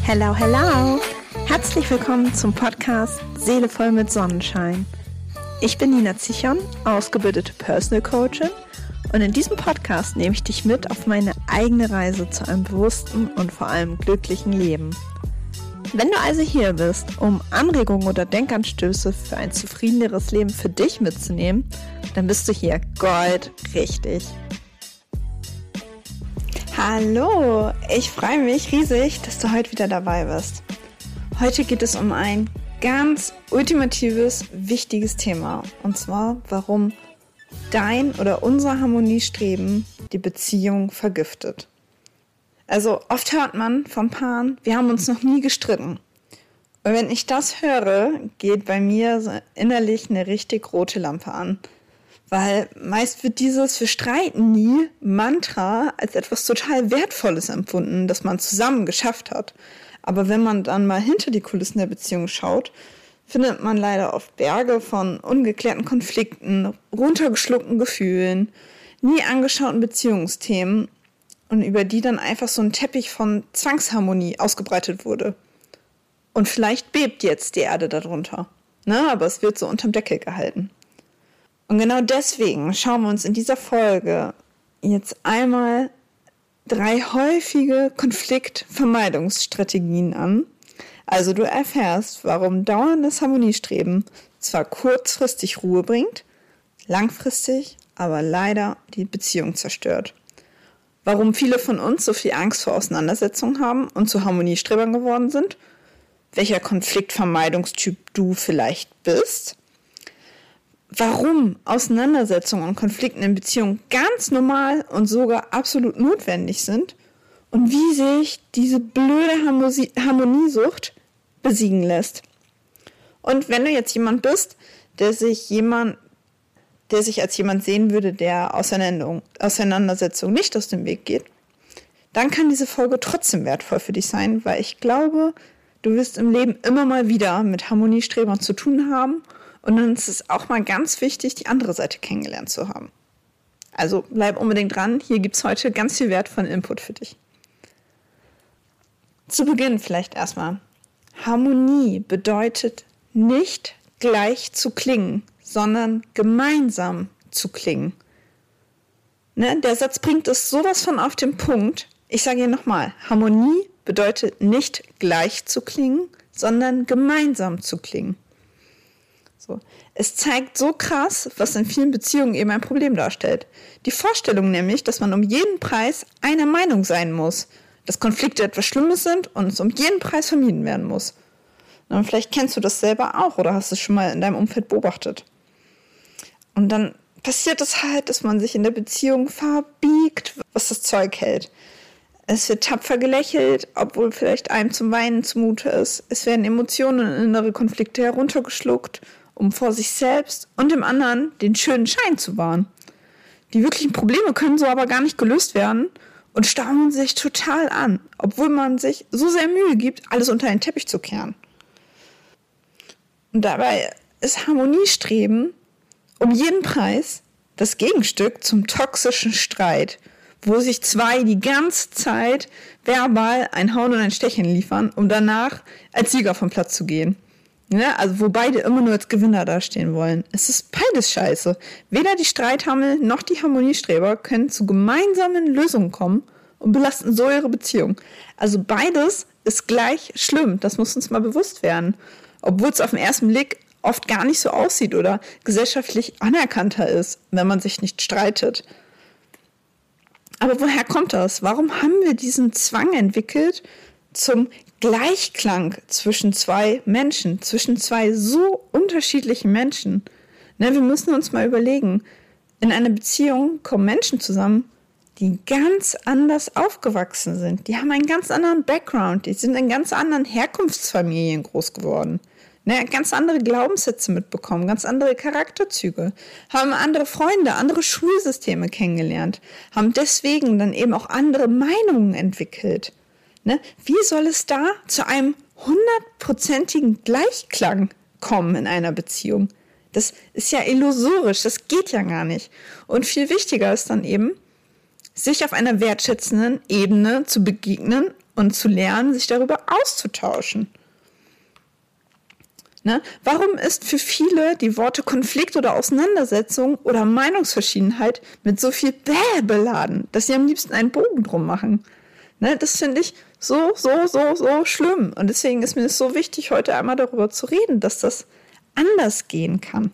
Hello, hello! Herzlich willkommen zum Podcast Seele voll mit Sonnenschein. Ich bin Nina Zichon, ausgebildete Personal Coachin, und in diesem Podcast nehme ich dich mit auf meine eigene Reise zu einem bewussten und vor allem glücklichen Leben. Wenn du also hier bist, um Anregungen oder Denkanstöße für ein zufriedeneres Leben für dich mitzunehmen, dann bist du hier goldrichtig. Hallo, ich freue mich riesig, dass du heute wieder dabei bist. Heute geht es um ein ganz ultimatives, wichtiges Thema. Und zwar, warum dein oder unser Harmoniestreben die Beziehung vergiftet. Also oft hört man von Paaren, wir haben uns noch nie gestritten. Und wenn ich das höre, geht bei mir innerlich eine richtig rote Lampe an. Weil meist wird dieses "Wir streiten nie" Mantra als etwas total Wertvolles empfunden, das man zusammen geschafft hat. Aber wenn man dann mal hinter die Kulissen der Beziehung schaut, findet man leider oft Berge von ungeklärten Konflikten, runtergeschluckten Gefühlen, nie angeschauten Beziehungsthemen und über die dann einfach so ein Teppich von Zwangsharmonie ausgebreitet wurde. Und vielleicht bebt jetzt die Erde darunter, ne? Aber es wird so unterm Deckel gehalten. Und genau deswegen schauen wir uns in dieser Folge jetzt einmal 3 häufige Konfliktvermeidungsstrategien an. Also du erfährst, warum dauerndes Harmoniestreben zwar kurzfristig Ruhe bringt, langfristig aber leider die Beziehung zerstört. Warum viele von uns so viel Angst vor Auseinandersetzungen haben und zu Harmoniestrebern geworden sind, welcher Konfliktvermeidungstyp du vielleicht bist, warum Auseinandersetzungen und Konflikten in Beziehungen ganz normal und sogar absolut notwendig sind und wie sich diese blöde Harmoniesucht besiegen lässt. Und wenn du jetzt jemand bist, der sich als jemand sehen würde, der Auseinandersetzung nicht aus dem Weg geht, dann kann diese Folge trotzdem wertvoll für dich sein, weil ich glaube, du wirst im Leben immer mal wieder mit Harmoniestrebern zu tun haben. Und dann ist es auch mal ganz wichtig, die andere Seite kennengelernt zu haben. Also bleib unbedingt dran, hier gibt es heute ganz viel wertvollen Input für dich. Zu Beginn vielleicht erstmal. Harmonie bedeutet nicht gleich zu klingen, sondern gemeinsam zu klingen. Ne? Der Satz bringt es sowas von auf den Punkt. Ich sage hier nochmal, Harmonie bedeutet nicht gleich zu klingen, sondern gemeinsam zu klingen. So. Es zeigt so krass, was in vielen Beziehungen eben ein Problem darstellt. Die Vorstellung nämlich, dass man um jeden Preis einer Meinung sein muss, dass Konflikte etwas Schlimmes sind und es um jeden Preis vermieden werden muss. Und vielleicht kennst du das selber auch oder hast es schon mal in deinem Umfeld beobachtet. Und dann passiert es halt, dass man sich in der Beziehung verbiegt, was das Zeug hält. Es wird tapfer gelächelt, obwohl vielleicht einem zum Weinen zumute ist. Es werden Emotionen und innere Konflikte heruntergeschluckt, um vor sich selbst und dem anderen den schönen Schein zu wahren. Die wirklichen Probleme können so aber gar nicht gelöst werden und stauen sich total an, obwohl man sich so sehr Mühe gibt, alles unter den Teppich zu kehren. Und dabei ist Harmoniestreben um jeden Preis das Gegenstück zum toxischen Streit, wo sich 2 die ganze Zeit verbal ein Hauen und ein Stechen liefern, um danach als Sieger vom Platz zu gehen. Ja, also wo beide immer nur als Gewinner dastehen wollen. Es ist beides scheiße. Weder die Streithammel noch die Harmoniestreber können zu gemeinsamen Lösungen kommen und belasten so ihre Beziehung. Also beides ist gleich schlimm. Das muss uns mal bewusst werden. Obwohl es auf den ersten Blick oft gar nicht so aussieht oder gesellschaftlich anerkannter ist, wenn man sich nicht streitet. Aber woher kommt das? Warum haben wir diesen Zwang entwickelt zum Gleichklang zwischen 2 Menschen, zwischen 2 so unterschiedlichen Menschen? Ne, wir müssen uns mal überlegen, in einer Beziehung kommen Menschen zusammen, die ganz anders aufgewachsen sind. Die haben einen ganz anderen Background, die sind in ganz anderen Herkunftsfamilien groß geworden. Ne, ganz andere Glaubenssätze mitbekommen, ganz andere Charakterzüge, haben andere Freunde, andere Schulsysteme kennengelernt, haben deswegen dann eben auch andere Meinungen entwickelt. Ne? Wie soll es da zu einem 100%igen Gleichklang kommen in einer Beziehung? Das ist ja illusorisch, das geht ja gar nicht. Und viel wichtiger ist dann eben, sich auf einer wertschätzenden Ebene zu begegnen und zu lernen, sich darüber auszutauschen. Ne? Warum ist für viele die Worte Konflikt oder Auseinandersetzung oder Meinungsverschiedenheit mit so viel Bäh beladen, dass sie am liebsten einen Bogen drum machen? Ne? Das finde ich so schlimm. Und deswegen ist mir es so wichtig, heute einmal darüber zu reden, dass das anders gehen kann.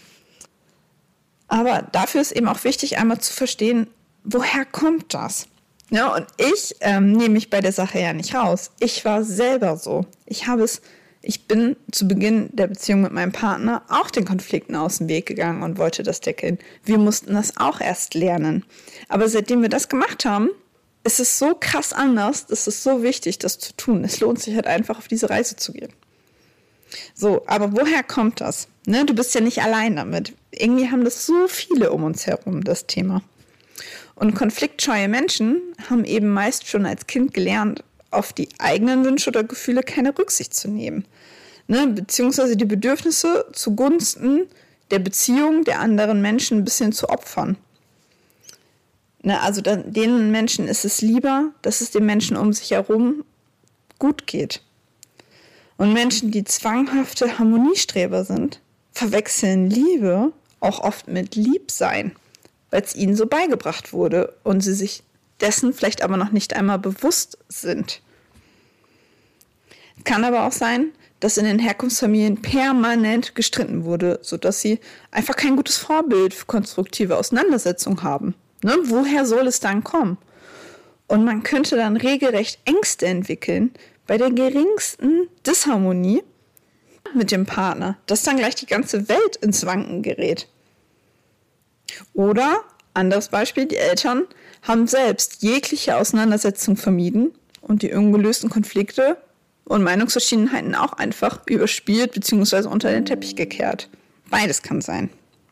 Aber dafür ist eben auch wichtig, einmal zu verstehen, woher kommt das? Ja, und ich nehme mich bei der Sache ja nicht raus. Ich war selber so. Ich bin zu Beginn der Beziehung mit meinem Partner auch den Konflikten aus dem Weg gegangen und wollte das deckeln. Wir mussten das auch erst lernen. Aber seitdem wir das gemacht haben, ist es so krass anders, es ist so wichtig, das zu tun. Es lohnt sich halt einfach, auf diese Reise zu gehen. So, aber woher kommt das? Ne, du bist ja nicht allein damit. Irgendwie haben das so viele um uns herum, das Thema. Und konfliktscheue Menschen haben eben meist schon als Kind gelernt, auf die eigenen Wünsche oder Gefühle keine Rücksicht zu nehmen. Ne, beziehungsweise die Bedürfnisse zugunsten der Beziehung der anderen Menschen ein bisschen zu opfern. Ne, also den Menschen ist es lieber, dass es den Menschen um sich herum gut geht. Und Menschen, die zwanghafte Harmoniestreber sind, verwechseln Liebe auch oft mit Liebsein, weil es ihnen so beigebracht wurde und sie sich dessen vielleicht aber noch nicht einmal bewusst sind. Kann aber auch sein, dass in den Herkunftsfamilien permanent gestritten wurde, sodass sie einfach kein gutes Vorbild für konstruktive Auseinandersetzung haben. Ne? Woher soll es dann kommen? Und man könnte dann regelrecht Ängste entwickeln bei der geringsten Disharmonie mit dem Partner, dass dann gleich die ganze Welt ins Wanken gerät. Oder, anderes Beispiel, die Eltern haben selbst jegliche Auseinandersetzung vermieden und die ungelösten Konflikte und Meinungsverschiedenheiten auch einfach überspielt bzw. unter den Teppich gekehrt. Beides kann sein.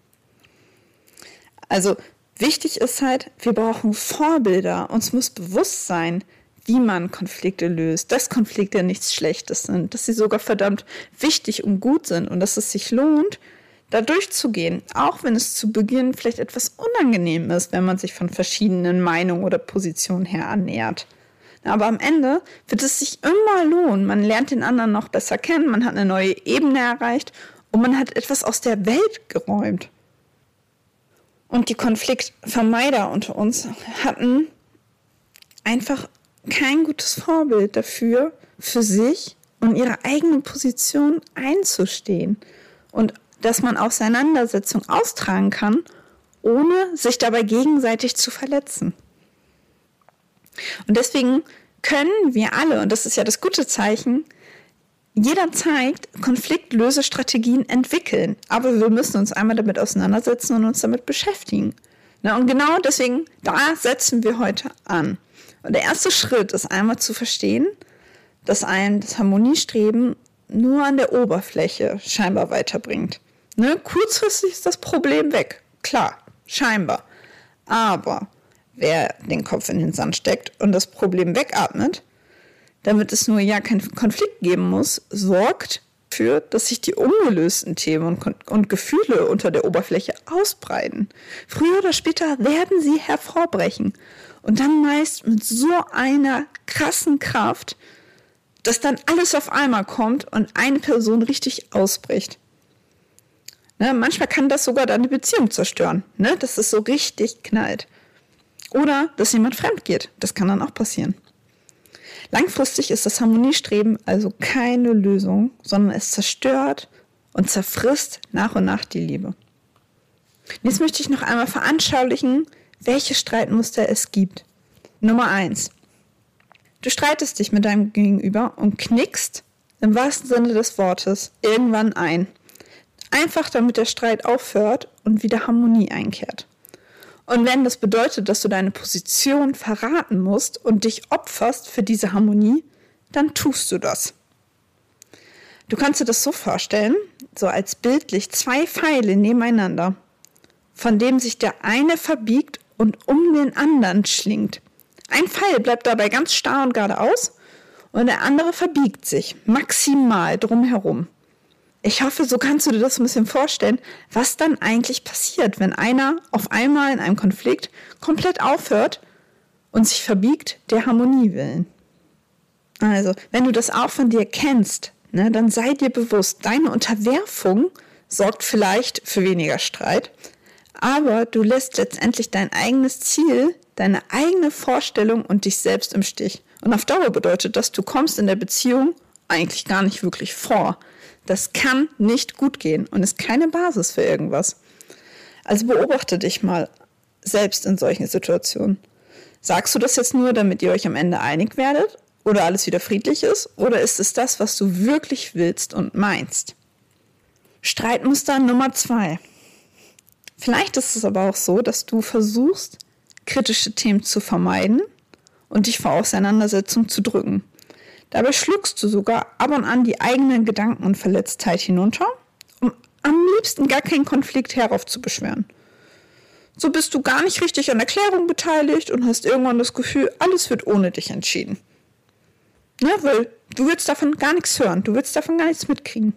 Also wichtig ist halt, wir brauchen Vorbilder. Uns muss bewusst sein, wie man Konflikte löst, dass Konflikte nichts Schlechtes sind, dass sie sogar verdammt wichtig und gut sind und dass es sich lohnt, da durchzugehen, auch wenn es zu Beginn vielleicht etwas unangenehm ist, wenn man sich von verschiedenen Meinungen oder Positionen her annähert. Aber am Ende wird es sich immer lohnen. Man lernt den anderen noch besser kennen, man hat eine neue Ebene erreicht und man hat etwas aus der Welt geräumt. Und die Konfliktvermeider unter uns hatten einfach kein gutes Vorbild dafür, für sich und ihre eigene Position einzustehen. Und dass man Auseinandersetzung austragen kann, ohne sich dabei gegenseitig zu verletzen. Und deswegen können wir alle, und das ist ja das gute Zeichen, jederzeit Konfliktlösestrategien entwickeln. Aber wir müssen uns einmal damit auseinandersetzen und uns damit beschäftigen. Und genau deswegen, da setzen wir heute an. Und der erste Schritt ist einmal zu verstehen, dass einem das Harmoniestreben nur an der Oberfläche scheinbar weiterbringt. Kurzfristig ist das Problem weg, klar, scheinbar. Aber wer den Kopf in den Sand steckt und das Problem wegatmet, damit es nur ja keinen Konflikt geben muss, sorgt dafür, dass sich die ungelösten Themen und Gefühle unter der Oberfläche ausbreiten. Früher oder später werden sie hervorbrechen. Und dann meist mit so einer krassen Kraft, dass dann alles auf einmal kommt und eine Person richtig ausbricht. Ne, manchmal kann das sogar dann die Beziehung zerstören, ne, dass es so richtig knallt. Oder dass jemand fremd geht. Das kann dann auch passieren. Langfristig ist das Harmoniestreben also keine Lösung, sondern es zerstört und zerfrisst nach und nach die Liebe. Und jetzt möchte ich noch einmal veranschaulichen, welche Streitmuster es gibt. Nummer 1. Du streitest dich mit deinem Gegenüber und knickst, im wahrsten Sinne des Wortes, irgendwann ein. Einfach damit der Streit aufhört und wieder Harmonie einkehrt. Und wenn das bedeutet, dass du deine Position verraten musst und dich opferst für diese Harmonie, dann tust du das. Du kannst dir das so vorstellen, so als bildlich 2 Pfeile nebeneinander, von dem sich der eine verbiegt und um den anderen schlingt. Ein Pfeil bleibt dabei ganz starr und geradeaus und der andere verbiegt sich maximal drumherum. Ich hoffe, so kannst du dir das ein bisschen vorstellen, was dann eigentlich passiert, wenn einer auf einmal in einem Konflikt komplett aufhört und sich verbiegt der Harmonie willen. Also, wenn du das auch von dir kennst, ne, dann sei dir bewusst, deine Unterwerfung sorgt vielleicht für weniger Streit, aber du lässt letztendlich dein eigenes Ziel, deine eigene Vorstellung und dich selbst im Stich. Und auf Dauer bedeutet das, du kommst in der Beziehung eigentlich gar nicht wirklich vor. Das kann nicht gut gehen und ist keine Basis für irgendwas. Also beobachte dich mal selbst in solchen Situationen. Sagst du das jetzt nur, damit ihr euch am Ende einig werdet oder alles wieder friedlich ist? Oder ist es das, was du wirklich willst und meinst? Streitmuster Nummer 2. Vielleicht ist es aber auch so, dass du versuchst, kritische Themen zu vermeiden und dich vor Auseinandersetzung zu drücken. Dabei schluckst du sogar ab und an die eigenen Gedanken und Verletztheit hinunter, um am liebsten gar keinen Konflikt heraufzubeschwören. So bist du gar nicht richtig an der Klärung beteiligt und hast irgendwann das Gefühl, alles wird ohne dich entschieden. Ja, weil du willst davon gar nichts hören, du willst davon gar nichts mitkriegen.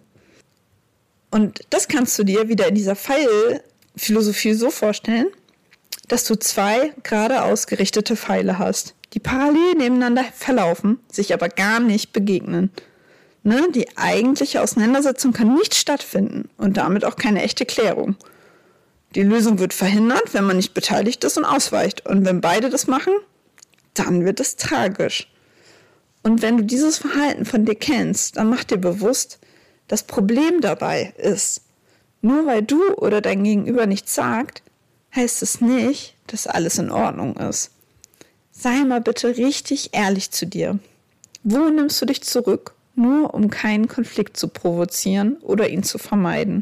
Und das kannst du dir wieder in dieser Pfeilphilosophie so vorstellen, dass du 2 gerade ausgerichtete Pfeile hast, die parallel nebeneinander verlaufen, sich aber gar nicht begegnen. Ne? Die eigentliche Auseinandersetzung kann nicht stattfinden und damit auch keine echte Klärung. Die Lösung wird verhindert, wenn man nicht beteiligt ist und ausweicht. Und wenn beide das machen, dann wird es tragisch. Und wenn du dieses Verhalten von dir kennst, dann mach dir bewusst, das Problem dabei ist, nur weil du oder dein Gegenüber nichts sagt, heißt es nicht, dass alles in Ordnung ist. Sei mal bitte richtig ehrlich zu dir. Wo nimmst du dich zurück, nur um keinen Konflikt zu provozieren oder ihn zu vermeiden?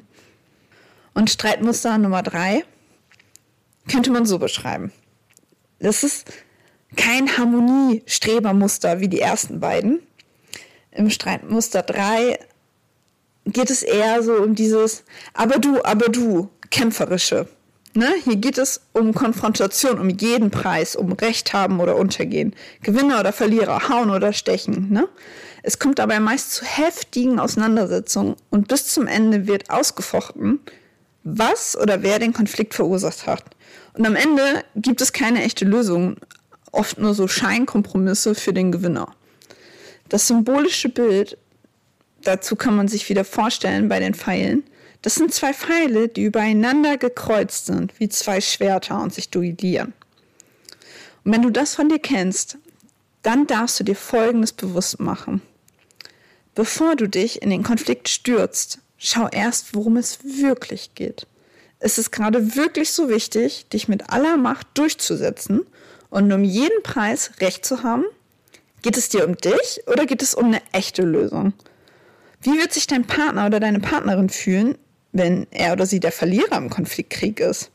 Und Streitmuster Nummer 3 könnte man so beschreiben. Das ist kein Harmoniestrebermuster wie die ersten beiden. Im Streitmuster 3 geht es eher so um dieses aber du, kämpferische. Ne? Hier geht es um Konfrontation, um jeden Preis, um Recht haben oder untergehen, Gewinner oder Verlierer, hauen oder stechen. Ne? Es kommt dabei meist zu heftigen Auseinandersetzungen und bis zum Ende wird ausgefochten, was oder wer den Konflikt verursacht hat. Und am Ende gibt es keine echte Lösung, oft nur so Scheinkompromisse für den Gewinner. Das symbolische Bild, dazu kann man sich wieder vorstellen bei den Pfeilen, das sind 2 Pfeile, die übereinander gekreuzt sind, wie 2 Schwerter und sich duellieren. Und wenn du das von dir kennst, dann darfst du dir Folgendes bewusst machen. Bevor du dich in den Konflikt stürzt, schau erst, worum es wirklich geht. Es ist gerade wirklich so wichtig, dich mit aller Macht durchzusetzen und um jeden Preis Recht zu haben? Geht es dir um dich oder geht es um eine echte Lösung? Wie wird sich dein Partner oder deine Partnerin fühlen, wenn er oder sie der Verlierer im Konfliktkrieg ist?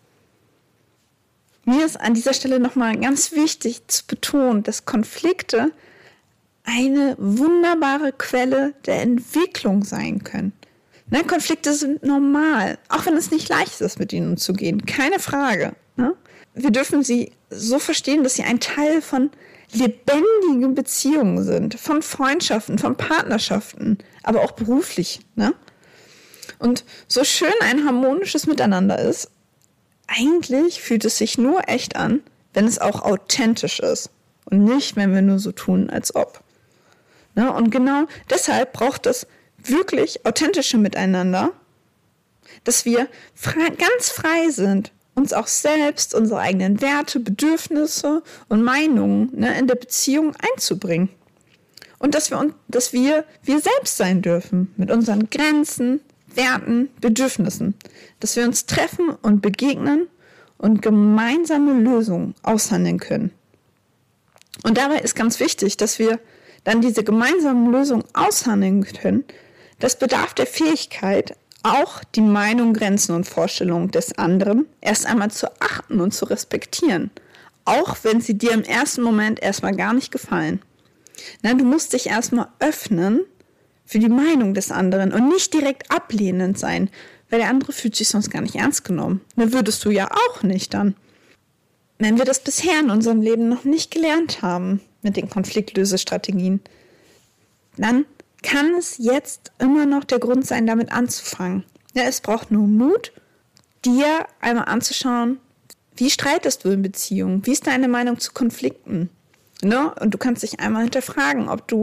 Mir ist an dieser Stelle nochmal ganz wichtig zu betonen, dass Konflikte eine wunderbare Quelle der Entwicklung sein können. Ne, Konflikte sind normal, auch wenn es nicht leicht ist, mit ihnen umzugehen, keine Frage. Ne? Wir dürfen sie so verstehen, dass sie ein Teil von lebendigen Beziehungen sind, von Freundschaften, von Partnerschaften, aber auch beruflich. Ne? Und so schön ein harmonisches Miteinander ist, eigentlich fühlt es sich nur echt an, wenn es auch authentisch ist und nicht, wenn wir nur so tun, als ob. Ne? Und genau deshalb braucht es wirklich authentische Miteinander, dass wir ganz frei sind, uns auch selbst, unsere eigenen Werte, Bedürfnisse und Meinungen in der Beziehung einzubringen. Und dass wir selbst sein dürfen, mit unseren Grenzen, Werten, Bedürfnissen. Dass wir uns treffen und begegnen und gemeinsame Lösungen aushandeln können. Und dabei ist ganz wichtig, dass wir dann diese gemeinsamen Lösungen aushandeln können. Das bedarf der Fähigkeit, auch die Meinung, Grenzen und Vorstellungen des anderen erst einmal zu achten und zu respektieren, auch wenn sie dir im ersten Moment erstmal gar nicht gefallen. Du musst dich erstmal öffnen für die Meinung des anderen und nicht direkt ablehnend sein, weil der andere fühlt sich sonst gar nicht ernst genommen. Dann würdest du ja auch nicht dann. Wenn wir das bisher in unserem Leben noch nicht gelernt haben mit den Konfliktlösestrategien, dann kann es jetzt immer noch der Grund sein, damit anzufangen. Ja, es braucht nur Mut, dir einmal anzuschauen, wie streitest du in Beziehungen? Wie ist deine Meinung zu Konflikten? Ne? Und du kannst dich einmal hinterfragen, ob du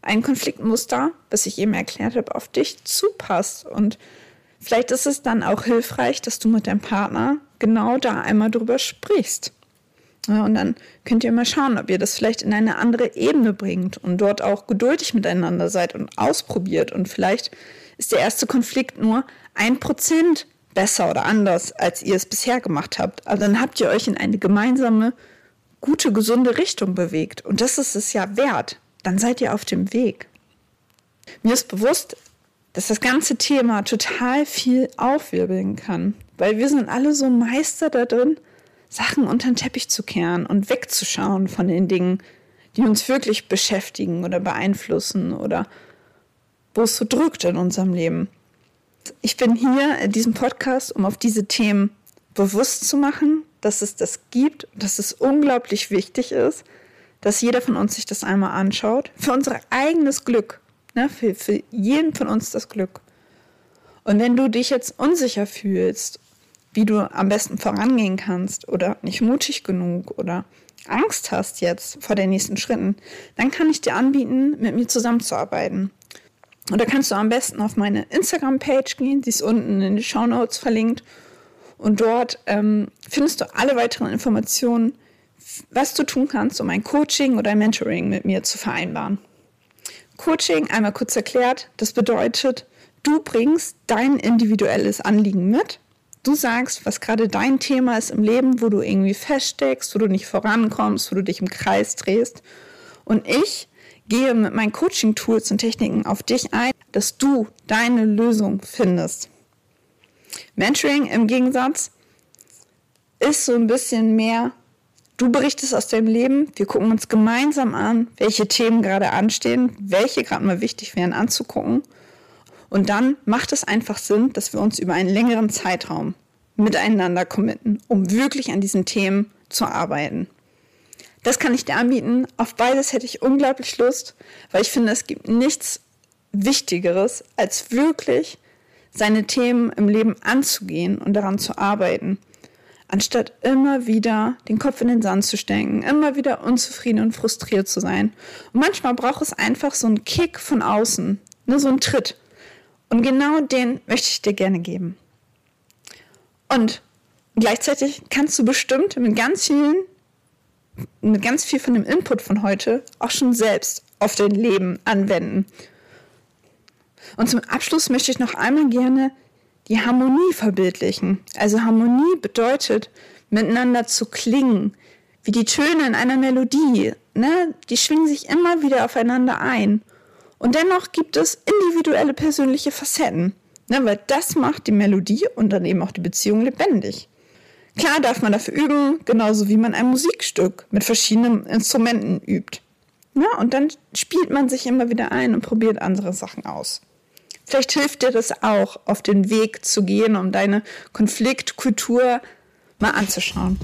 ein Konfliktmuster, was ich eben erklärt habe, auf dich zupasst. Und vielleicht ist es dann auch hilfreich, dass du mit deinem Partner genau da einmal drüber sprichst. Ja, und dann könnt ihr mal schauen, ob ihr das vielleicht in eine andere Ebene bringt und dort auch geduldig miteinander seid und ausprobiert. Und vielleicht ist der erste Konflikt nur 1% besser oder anders, als ihr es bisher gemacht habt. Aber dann habt ihr euch in eine gemeinsame, gute, gesunde Richtung bewegt. Und das ist es ja wert. Dann seid ihr auf dem Weg. Mir ist bewusst, dass das ganze Thema total viel aufwirbeln kann. Weil wir sind alle so Meister da drin, Sachen unter den Teppich zu kehren und wegzuschauen von den Dingen, die uns wirklich beschäftigen oder beeinflussen oder wo es so drückt in unserem Leben. Ich bin hier in diesem Podcast, um auf diese Themen bewusst zu machen, dass es das gibt, dass es unglaublich wichtig ist, dass jeder von uns sich das einmal anschaut, für unser eigenes Glück, ne, für jeden von uns das Glück. Und wenn du dich jetzt unsicher fühlst, wie du am besten vorangehen kannst oder nicht mutig genug oder Angst hast jetzt vor den nächsten Schritten, dann kann ich dir anbieten, mit mir zusammenzuarbeiten. Und da kannst du am besten auf meine Instagram-Page gehen, die ist unten in den Shownotes verlinkt. Und dort findest du alle weiteren Informationen, was du tun kannst, um ein Coaching oder ein Mentoring mit mir zu vereinbaren. Coaching, einmal kurz erklärt, das bedeutet, du bringst dein individuelles Anliegen mit. Du sagst, was gerade dein Thema ist im Leben, wo du irgendwie feststeckst, wo du nicht vorankommst, wo du dich im Kreis drehst. Und ich gehe mit meinen Coaching-Tools und Techniken auf dich ein, dass du deine Lösung findest. Mentoring im Gegensatz ist so ein bisschen mehr, du berichtest aus deinem Leben, wir gucken uns gemeinsam an, welche Themen gerade anstehen, welche gerade mal wichtig wären anzugucken. Und dann macht es einfach Sinn, dass wir uns über einen längeren Zeitraum miteinander committen, um wirklich an diesen Themen zu arbeiten. Das kann ich dir anbieten. Auf beides hätte ich unglaublich Lust, weil ich finde, es gibt nichts Wichtigeres, als wirklich seine Themen im Leben anzugehen und daran zu arbeiten, anstatt immer wieder den Kopf in den Sand zu stecken, immer wieder unzufrieden und frustriert zu sein. Und manchmal braucht es einfach so einen Kick von außen, ne, so einen Tritt. Und genau den möchte ich dir gerne geben. Und gleichzeitig kannst du bestimmt mit ganz viel von dem Input von heute auch schon selbst auf dein Leben anwenden. Und zum Abschluss möchte ich noch einmal gerne die Harmonie verbildlichen. Also Harmonie bedeutet, miteinander zu klingen, wie die Töne in einer Melodie. Ne? Die schwingen sich immer wieder aufeinander ein. Und dennoch gibt es individuelle persönliche Facetten, ne, weil das macht die Melodie und dann eben auch die Beziehung lebendig. Klar darf man dafür üben, genauso wie man ein Musikstück mit verschiedenen Instrumenten übt. Ja, und dann spielt man sich immer wieder ein und probiert andere Sachen aus. Vielleicht hilft dir das auch, auf den Weg zu gehen, um deine Konfliktkultur mal anzuschauen.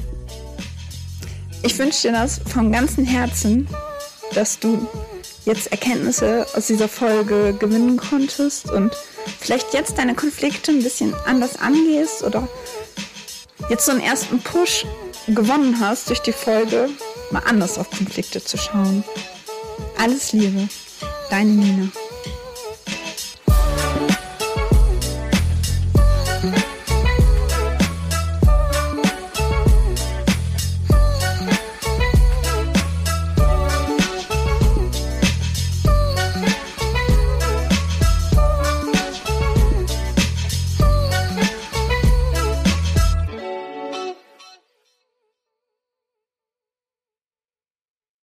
Ich wünsche dir das vom ganzen Herzen, dass du jetzt Erkenntnisse aus dieser Folge gewinnen konntest und vielleicht jetzt deine Konflikte ein bisschen anders angehst oder jetzt so einen ersten Push gewonnen hast durch die Folge, mal anders auf Konflikte zu schauen. Alles Liebe, deine Nina.